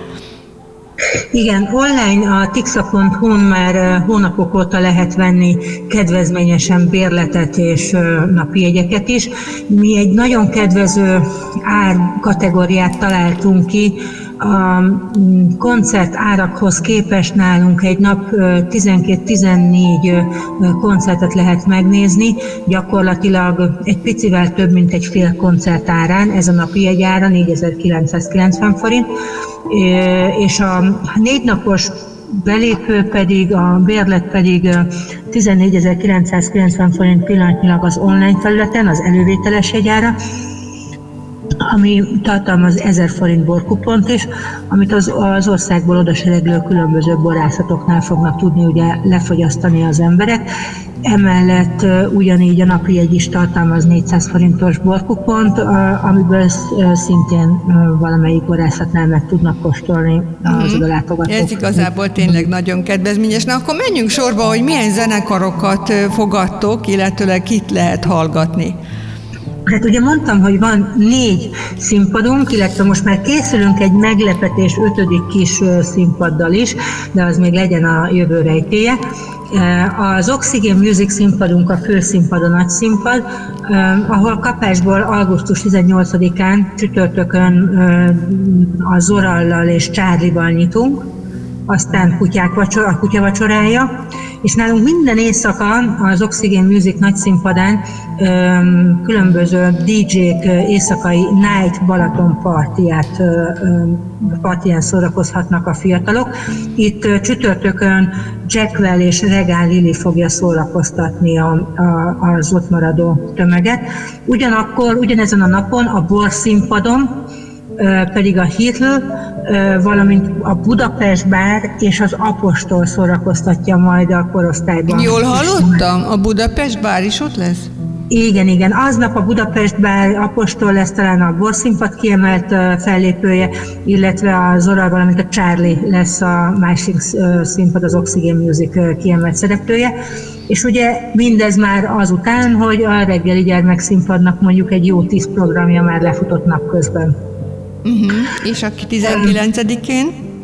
Igen, online a tixa pont hu-n már hónapok óta lehet venni kedvezményesen bérletet és napi jegyeket is. Mi egy nagyon kedvező árkategóriát találtunk ki, a koncert árakhoz képest nálunk egy nap tizenkét-tizennégy koncertet lehet megnézni, gyakorlatilag egy picivel több, mint egy fél koncert árán, ez a napi jegyára négyezer-kilencszázkilencven forint, és a négy napos belépő pedig, a bérlet pedig tizennégyezer-kilencszázkilencven forint pillanatnyilag az online felületen, az elővételes jegyára, ami tartalmaz ezer forint borkupont is, amit az, az országból odasereglő különböző borászatoknál fognak tudni ugye lefogyasztani az emberek. Emellett ugyanígy a napi jegy is tartalmaz négyszáz forintos borkupont, amiből szintén valamelyik borászatnál meg tudnak kóstolni az oda látogatók. Ez igazából tényleg nagyon kedvezményes. Na akkor menjünk sorba, hogy milyen zenekarokat fogadtok, illetőleg kit lehet hallgatni. Hát ugye mondtam, hogy van négy színpadunk, illetve most már készülünk egy meglepetés ötödik kis színpaddal is, de az még legyen a jövő rejtélye. Az Oxygen Music színpadunk a főszínpad, a nagy színpad, ahol kapásból augusztus tizennyolcadikán csütörtökön a Zorallal és Charlie-val nyitunk, aztán kutyák vacsora, a kutya vacsorája, és nálunk minden éjszaka az Oxygen Music nagy színpadán öm, különböző dé dzsék éjszakai Night Balaton partiját, partiján szórakozhatnak a fiatalok. Itt csütörtökön Jackwell és Regál Lili fogja szórakoztatni a, a, az ott maradó tömeget. Ugyanakkor, ugyanezen a napon a Bor színpadon pedig a Hitl, valamint a Budapest Bár és az Apostol szórakoztatja majd a korosztályban. Jól hallottam? A Budapest Bár is ott lesz? Igen, igen. Aznap a Budapest Bár, Apostol lesz talán a borszínpad kiemelt fellépője, illetve a Zora, valamint a Charlie lesz a másik színpad, az Oxygen Music kiemelt szereplője. És ugye mindez már azután, hogy a reggeli gyermekszínpadnak mondjuk egy jó tíz programja már lefutott napközben. Uh-huh. És aki tizenkilencedikén?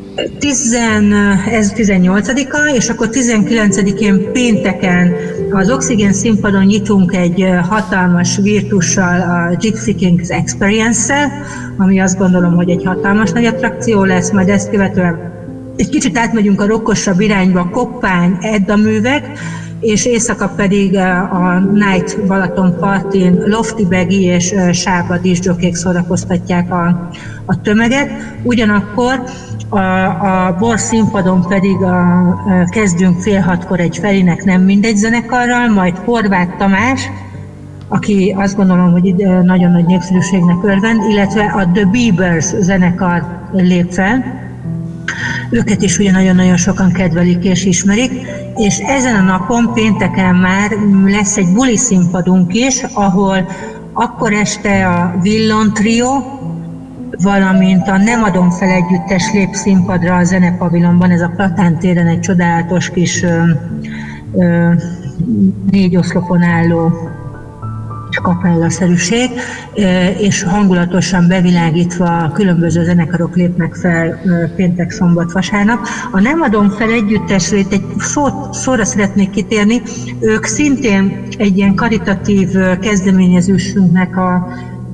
Tizen, ez tizennyolcadika, és akkor tizenkilencedikén pénteken az Oxygen színpadon nyitunk egy hatalmas virtussal, a Gypsy Kings Experience-szel, ami azt gondolom, hogy egy hatalmas nagy attrakció lesz, majd ezt követően egy kicsit átmegyünk a rockosabb irányba, Koppány, Edda művek, és éjszaka pedig a Night Balaton partin Lofty Baggy és Sába diszjokék szórakoztatják a, a tömeget. Ugyanakkor a, a Bor színpadon pedig a, a kezdünk fél hatkor egy Ferinek nem mindegy zenekarral, majd Horváth Tamás, aki azt gondolom, hogy nagyon nagy népszerűségnek örvend, illetve a The Beavers zenekar lép fel. Őket is ugye nagyon-nagyon sokan kedvelik és ismerik, és ezen a napon, pénteken már lesz egy buli színpadunk is, ahol akkor este a Villon Trio, valamint a Nem adom fel együttes lép színpadra a Zenepavilonban, ez a Platán téren egy csodálatos kis ö, ö, négy oszlopon álló kapella-szerűség, és hangulatosan bevilágítva különböző zenekarok lépnek fel péntek, szombat, vasárnap. A Nem adom fel együttesre itt egy szót, szóra szeretnék kitérni. Ők szintén egy ilyen karitatív kezdeményezésünknek a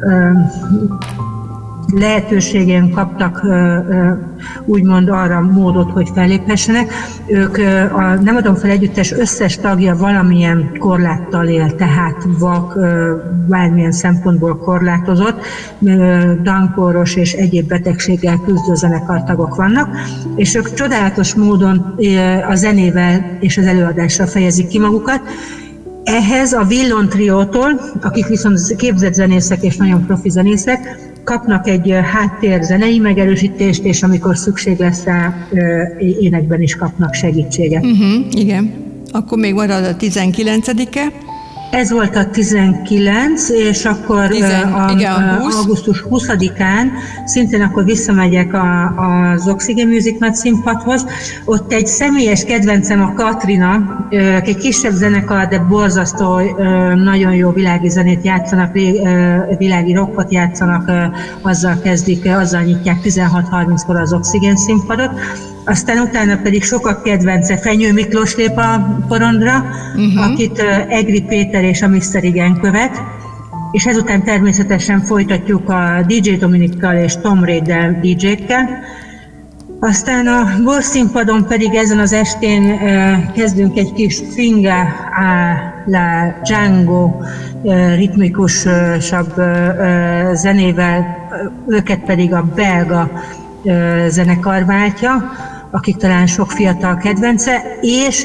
lehetőségén kaptak úgymond arra módot, hogy felléphessenek. Ők a Nem adom fel együttes összes tagja valamilyen korláttal él, tehát vak, bármilyen szempontból korlátozott, dankóros és egyéb betegséggel küzdő zenekartagok vannak, és ők csodálatos módon a zenével és az előadással fejezik ki magukat. Ehhez a Villon Triótól, akik viszont képzett zenészek és nagyon profi zenészek, kapnak egy háttér zenei megerősítést, és amikor szükség lesz rá, énekben is kapnak segítséget. Uh-huh, igen. Akkor még marad a tizenkilencedike. Ez volt a tizenkilenc, és akkor Tizen, a, igen, a augusztus huszadikán szintén akkor visszamegyek a, az Oxygen Music nagy színpadhoz. Ott egy személyes kedvencem a Katrina, egy kisebb zenekar, de borzasztó, nagyon jó világi zenét játszanak, világi rockot játszanak, azzal kezdik, azzal nyitják tizenhat harminckor az Oxygen színpadot. Aztán utána pedig sokak kedvence Fenyő Miklós lép a porondra, uh-huh. akit Egri Péter és a miszter Igen követ, és ezután természetesen folytatjuk a dé dzsé Dominikkal és Tom Raiddel dé dzsékkel. Aztán a Bor színpadon pedig ezen az estén uh, kezdünk egy kis Finga a la Django uh, ritmikusabb uh, zenével, őket pedig a belga uh, zenekar váltja, akik talán sok fiatal kedvence, és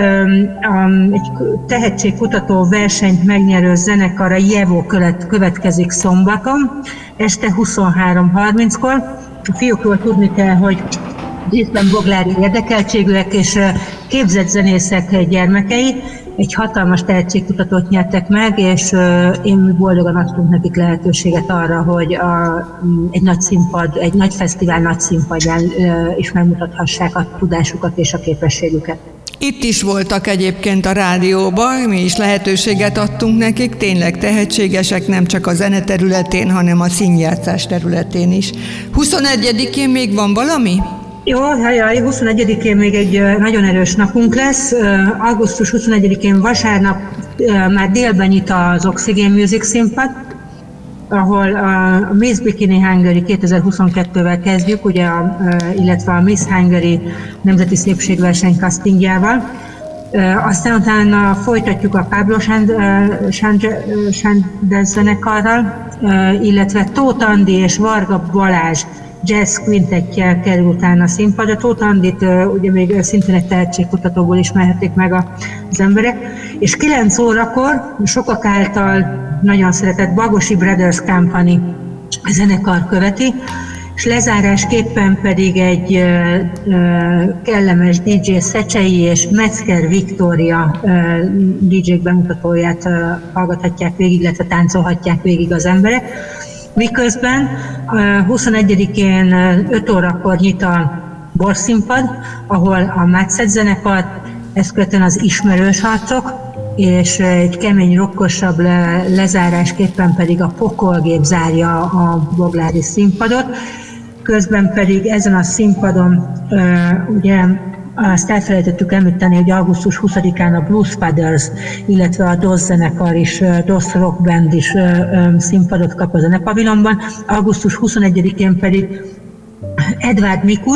um, egy tehetségkutató versenyt megnyerő zenekar, a Jevo következik szombaton, este huszonhárom harminckor. A fiúkról tudni kell, hogy részben boglári érdekeltségűek és képzett zenészek gyermekei, egy hatalmas tehetségkutatót nyertek meg, és én boldogan adtunk nekik lehetőséget arra, hogy a, egy nagy színpad, egy nagy fesztivál nagy színpadján is megmutathassák a tudásukat és a képességüket. Itt is voltak egyébként a rádióban, mi is lehetőséget adtunk nekik, tényleg tehetségesek, nem csak a zene területén, hanem a színjátszás területén is. huszonegyedikén még van valami? Jó, jaj, huszonegyedikén még egy nagyon erős napunk lesz. augusztus huszonegyedikén vasárnap már délben nyit az Oxygen Music színpad, ahol a Miss Bikini Hungary kétezer-huszonkettővel kezdjük, ugye a, illetve a Miss Hungary nemzeti szépségverseny castingjával. Aztán utána folytatjuk a Pablo Sández zenekarral, illetve Tóth Andi és Varga Balázs jazz quintettjel kerül utána a színpadra. Tóth Andit ugye még szintén egy tehetségkutatóból ismerhetik meg az emberek. És kilenc órakor sokak által nagyon szeretett Bagosi Brothers Company zenekar követi, és lezárásképpen pedig egy uh, uh, kellemes dé dzsé Szecsei és Metzger Viktória uh, dé dzsék bemutatóját uh, hallgathatják végig, illetve táncolhatják végig az emberek. Miközben uh, huszonegyedikén öt órakor nyit a Bor színpad, ahol a Mátszett zenekar, ezt követően az Ismerős harcok, és egy kemény rokkosabb le, lezárásképpen pedig a Pokolgép zárja a boglári színpadot. Közben pedig ezen a színpadon uh, ugye azt elfelejtettük említeni, hogy augusztus huszadikán a Blues Fathers, illetve a dé o es zenekar is, dé o es Rock Band is uh, um, színpadot kap a Zenepavilonban. augusztus huszonegyedikén pedig Edvard Mikus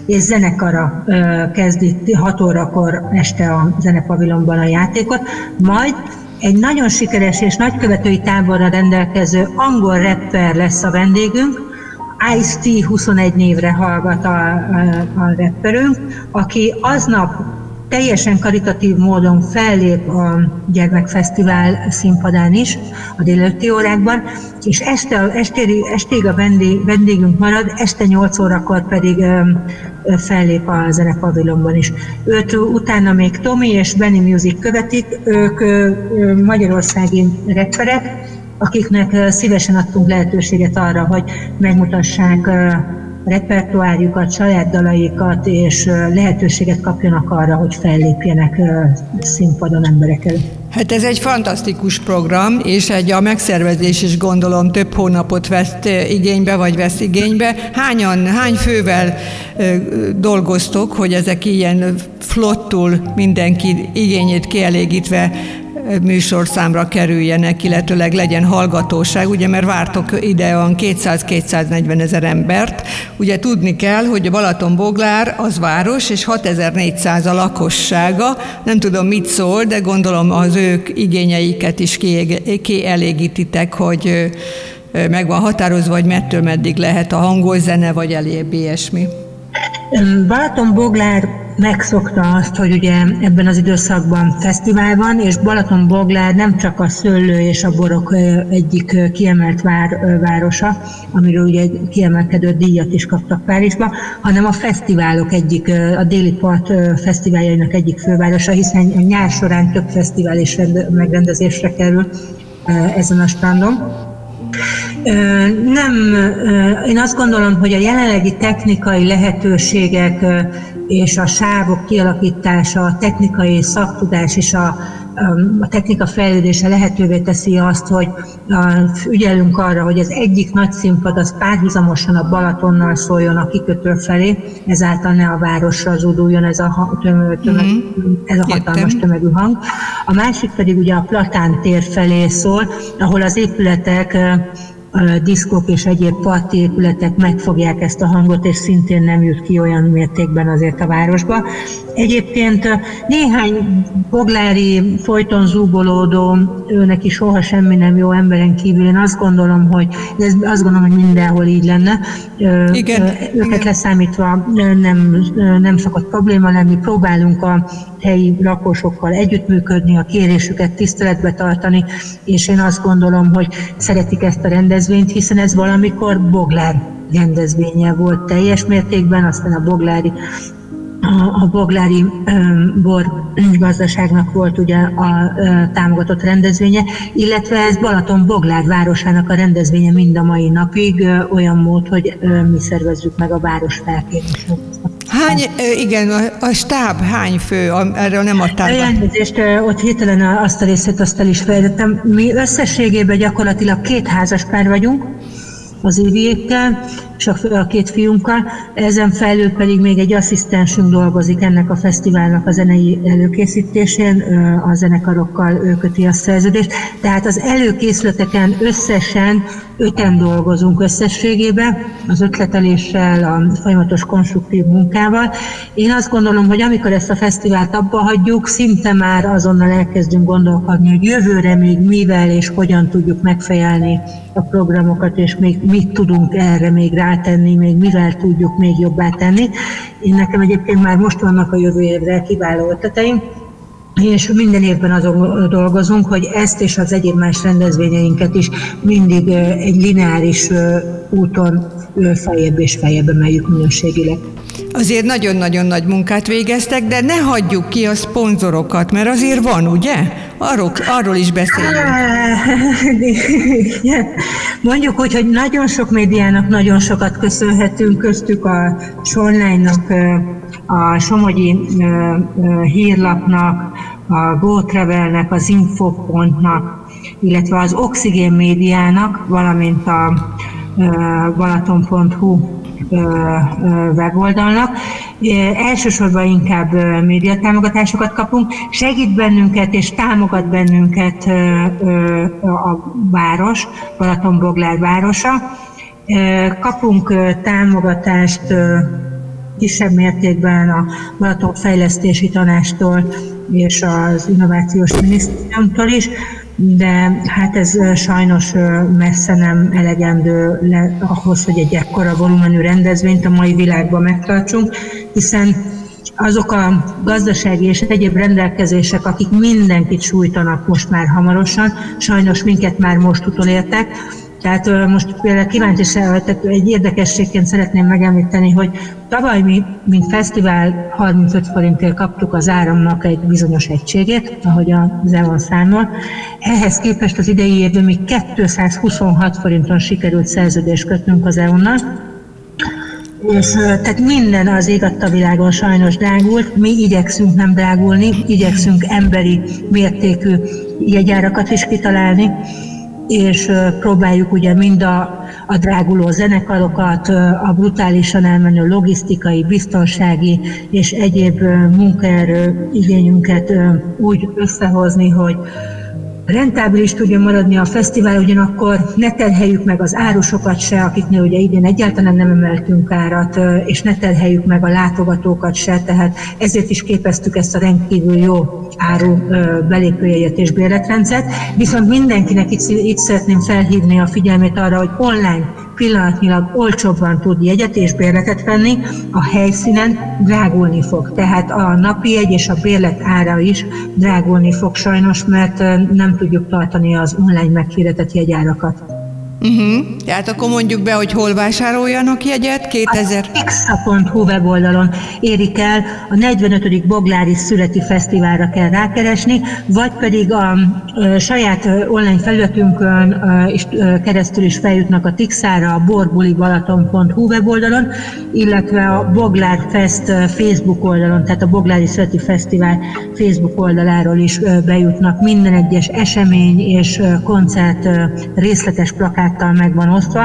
és zenekara kezdi hat órakor este a Zenepavilonban a játékot, majd egy nagyon sikeres és nagykövetői táborra rendelkező angol rapper lesz a vendégünk, Ice-T huszonegy névre hallgat a, a, a rapperünk, aki aznap teljesen karitatív módon fellép a Gyermekfesztivál színpadán is, a délelőtti órákban, és este, estéig, estéig a vendég, vendégünk marad, este nyolc órakor pedig ö, ö, fellép a Zenepavilonban is. Őt utána még Tommy és Benny Music követik, ők ö, ö, magyarországi rapperek, akiknek szívesen adtunk lehetőséget arra, hogy megmutassák repertoárjukat, saját dalaikat, és lehetőséget kapjanak arra, hogy fellépjenek színpadon emberek előtt. Hát ez egy fantasztikus program, és egy a megszervezés is gondolom több hónapot vesz igénybe, vagy vesz igénybe. Hányan, hány fővel dolgoztok, hogy ezek ilyen flottul mindenki igényét kielégítve műsorszámra kerüljenek, illetőleg legyen hallgatóság, ugye, mert vártok ide olyan kétszáz-kétszáznegyven ezer embert. Ugye tudni kell, hogy a Balatonboglár az város, és hatezer-négyszáz a lakossága. Nem tudom, mit szól, de gondolom az ők igényeiket is kielégítitek, hogy meg van határozva, vagy mettől meddig lehet a hangos zene, vagy elébb ilyesmi. Balatonboglár megszokta azt, hogy ugye ebben az időszakban fesztivál van, és Balatonboglár nem csak a szőlő és a borok egyik kiemelt vár, városa, amiről ugye egy kiemelkedő díjat is kaptak Párizsba, hanem a fesztiválok egyik, a Déli Part fesztiváljainak egyik fővárosa, hiszen a nyár során több fesztivál is megrendezésre kerül ezen a strandon. Nem, én azt gondolom, hogy a jelenlegi technikai lehetőségek és a sávok kialakítása, a technikai szaktudás és a, a technika fejlődése lehetővé teszi azt, hogy ügyelünk arra, hogy az egyik nagy színpad az párhuzamosan a Balatonnal szóljon a kikötő felé, ezáltal ne a városra zúduljon ez a, tömeg, tömeg, ez a hatalmas tömegű hang. A másik pedig ugye a Platán tér felé szól, ahol az épületek, a diszkók és egyéb parti épületek megfogják ezt a hangot, és szintén nem jut ki olyan mértékben azért a városba. Egyébként néhány boglári, folyton zúgolódó, őnek is soha semmi nem jó emberen kívül, én azt gondolom, hogy ez azt gondolom, hogy mindenhol így lenne. Igen. Őket Igen. leszámítva nem, nem szokott probléma lenni, próbálunk a helyi lakósokkal együttműködni, a kérésüket tiszteletbe tartani, és én azt gondolom, hogy szeretik ezt a rendezvényt, hiszen ez valamikor boglár rendezvénye volt teljes mértékben, aztán a boglári A, a boglári um, bor gazdaságnak volt ugye a uh, támogatott rendezvénye, illetve ez Balatonboglár városának a rendezvénye mind a mai napig, uh, olyan mód, hogy uh, mi szervezzük meg a város felkérését. Hány, igen, a, a stáb hány fő, erről nem adtál be? Elnézést, ott hirtelen azt a részét azt el is fejtettem. Mi összességében gyakorlatilag két házas pár vagyunk, az Éviékkel és a két fiunkkal, ezen felül pedig még egy asszisztensünk dolgozik ennek a fesztiválnak a zenei előkészítésén, a zenekarokkal ő köti a szerződést. Tehát az előkészületeken összesen öten dolgozunk összességében, az ötleteléssel, a folyamatos konstruktív munkával. Én azt gondolom, hogy amikor ezt a fesztivált abba hagyjuk, szinte már azonnal elkezdünk gondolkodni, hogy jövőre még mivel és hogyan tudjuk megfejelni a programokat, és még mit tudunk erre még rátenni, még mivel tudjuk még jobbá tenni. Én nekem egyébként már most vannak a jövő évre kiváló ötleteim, és minden évben azon dolgozunk, hogy ezt és az egyéb más rendezvényeinket is mindig egy lineáris úton feljebb és feljebb emeljük minőségileg. Azért nagyon-nagyon nagy munkát végeztek, de ne hagyjuk ki a szponzorokat, mert azért van, ugye? Arról, arról is beszéljünk. Mondjuk úgy, hogy nagyon sok médiának nagyon sokat köszönhetünk, köztük a Solnánynak, a Somogyi hírlapnak, a GoTravelnek, az Infopontnak, illetve az Oxigén médiának, valamint a balaton pont hu weboldalnak. Elsősorban inkább médiatámogatásokat kapunk, segít bennünket és támogat bennünket a város, Balatonboglár városa. Kapunk támogatást kisebb mértékben a Balaton Fejlesztési Tanástól és az Innovációs Minisztériumtól is, de hát ez sajnos messze nem elegendő le, ahhoz, hogy egy ekkora volumenű rendezvényt a mai világban megtartsunk, hiszen azok a gazdasági és egyéb rendelkezések, akik mindenkit sújtanak most már hamarosan, sajnos minket már most utolértek. Tehát most például kíváncsiság, tehát egy érdekességként szeretném megemlíteni, hogy tavaly mi, mint fesztivál harmincöt forintért kaptuk az áramnak egy bizonyos egységét, ahogy az é u en számol. Ehhez képest az idei évben még kétszázhuszonhat forinton sikerült szerződést kötnünk az é u-nal. És tehát minden az ég adta világon sajnos drágult, mi igyekszünk nem drágulni, igyekszünk emberi mértékű jegyárakat is kitalálni, és próbáljuk ugye mind a, a dráguló zenekarokat, a brutálisan elmenő logisztikai, biztonsági és egyéb munkaerő igényünket úgy összehozni, hogy rentábilis tudjon maradni a fesztivál, ugyanakkor ne terheljük meg az árusokat se, akiknél ugye idén egyáltalán nem emeltünk árat, és ne terheljük meg a látogatókat se, tehát ezért is képeztük ezt a rendkívül jó áru belépőjegyet és bérletrendszert. Viszont mindenkinek itt, itt szeretném felhívni a figyelmét arra, hogy online pillanatnyilag olcsóbban tud jegyet és bérletet venni, a helyszínen drágulni fog. Tehát a napi jegy és a bérlet ára is drágulni fog sajnos, mert nem tudjuk tartani az online meghirdetett jegyárakat. Uh-huh. Tehát akkor mondjuk be, hogy hol vásároljanak jegyet? kétezer A tixa pont hu weboldalon érik el, a negyvenötödik Boglári Születi Fesztiválra kell rákeresni, vagy pedig a, a saját online felületünkön a, és keresztül is feljutnak a Tixára, a borbulibalaton pont hu weboldalon, illetve a Boglár Fest Facebook oldalon, tehát a Boglári Születi Fesztivál Facebook oldaláról is bejutnak minden egyes esemény és koncert részletes plakát meg van osztva,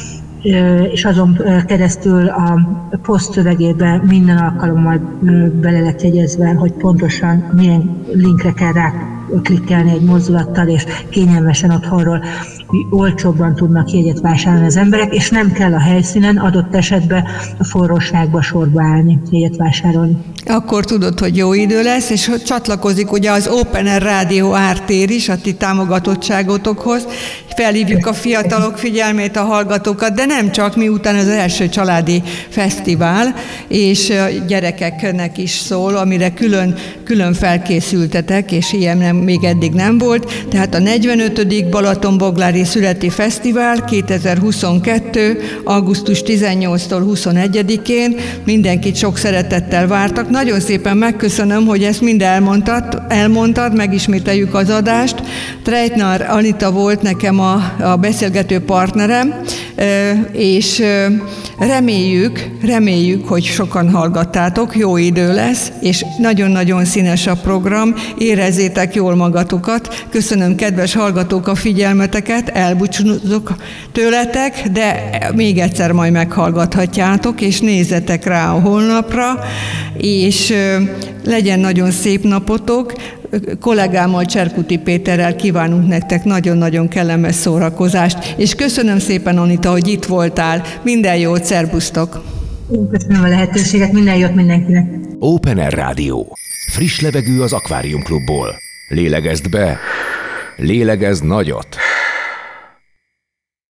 és azon keresztül a poszt szövegébe minden alkalommal bele lett jegyezve, hogy pontosan milyen linkre kell rá klikkelni egy mozdulattal, és kényelmesen otthonról olcsóbban tudnak jegyet vásárolni az emberek, és nem kell a helyszínen adott esetben a forróságba sorba állni, jegyet vásárolni. Akkor tudod, hogy jó idő lesz, és csatlakozik ugye az Open Air Rádió ártér is a ti támogatottságotokhoz. Felhívjuk a fiatalok figyelmét, a hallgatókat, de nem csak, miután az első családi fesztivál, és gyerekeknek is szól, amire külön, külön felkészültetek, és ilyen nem, még eddig nem volt. Tehát a negyvenötödik Balatonboglári Születi Fesztivál kétezer-huszonkettő. augusztus tizennyolcadikától huszonegyedikén mindenkit sok szeretettel vártak. Nagyon szépen megköszönöm, hogy ezt mind elmondtad, elmondtad, megismételjük az adást. Trejtner Anita volt nekem a, a beszélgető partnerem, és reméljük, reméljük, hogy sokan hallgattátok, jó idő lesz, és nagyon-nagyon színes a program, érezzétek jól magatokat. Köszönöm, kedves hallgatók, a figyelmeteket, elbúcsúzok tőletek, de még egyszer majd meghallgathatjátok, és nézzetek rá a honlapra, és legyen nagyon szép napotok. Kollégámmal, Cserkuti Péterrel kívánunk nektek nagyon-nagyon kellemes szórakozást, és köszönöm szépen, Anita, hogy itt voltál. Minden jót, szerbusztok! Köszönöm a lehetőséget, minden jót mindenkinek! Open Air Rádió. Friss levegő az Akvárium Klubból. Lélegezd be, lélegezd nagyot!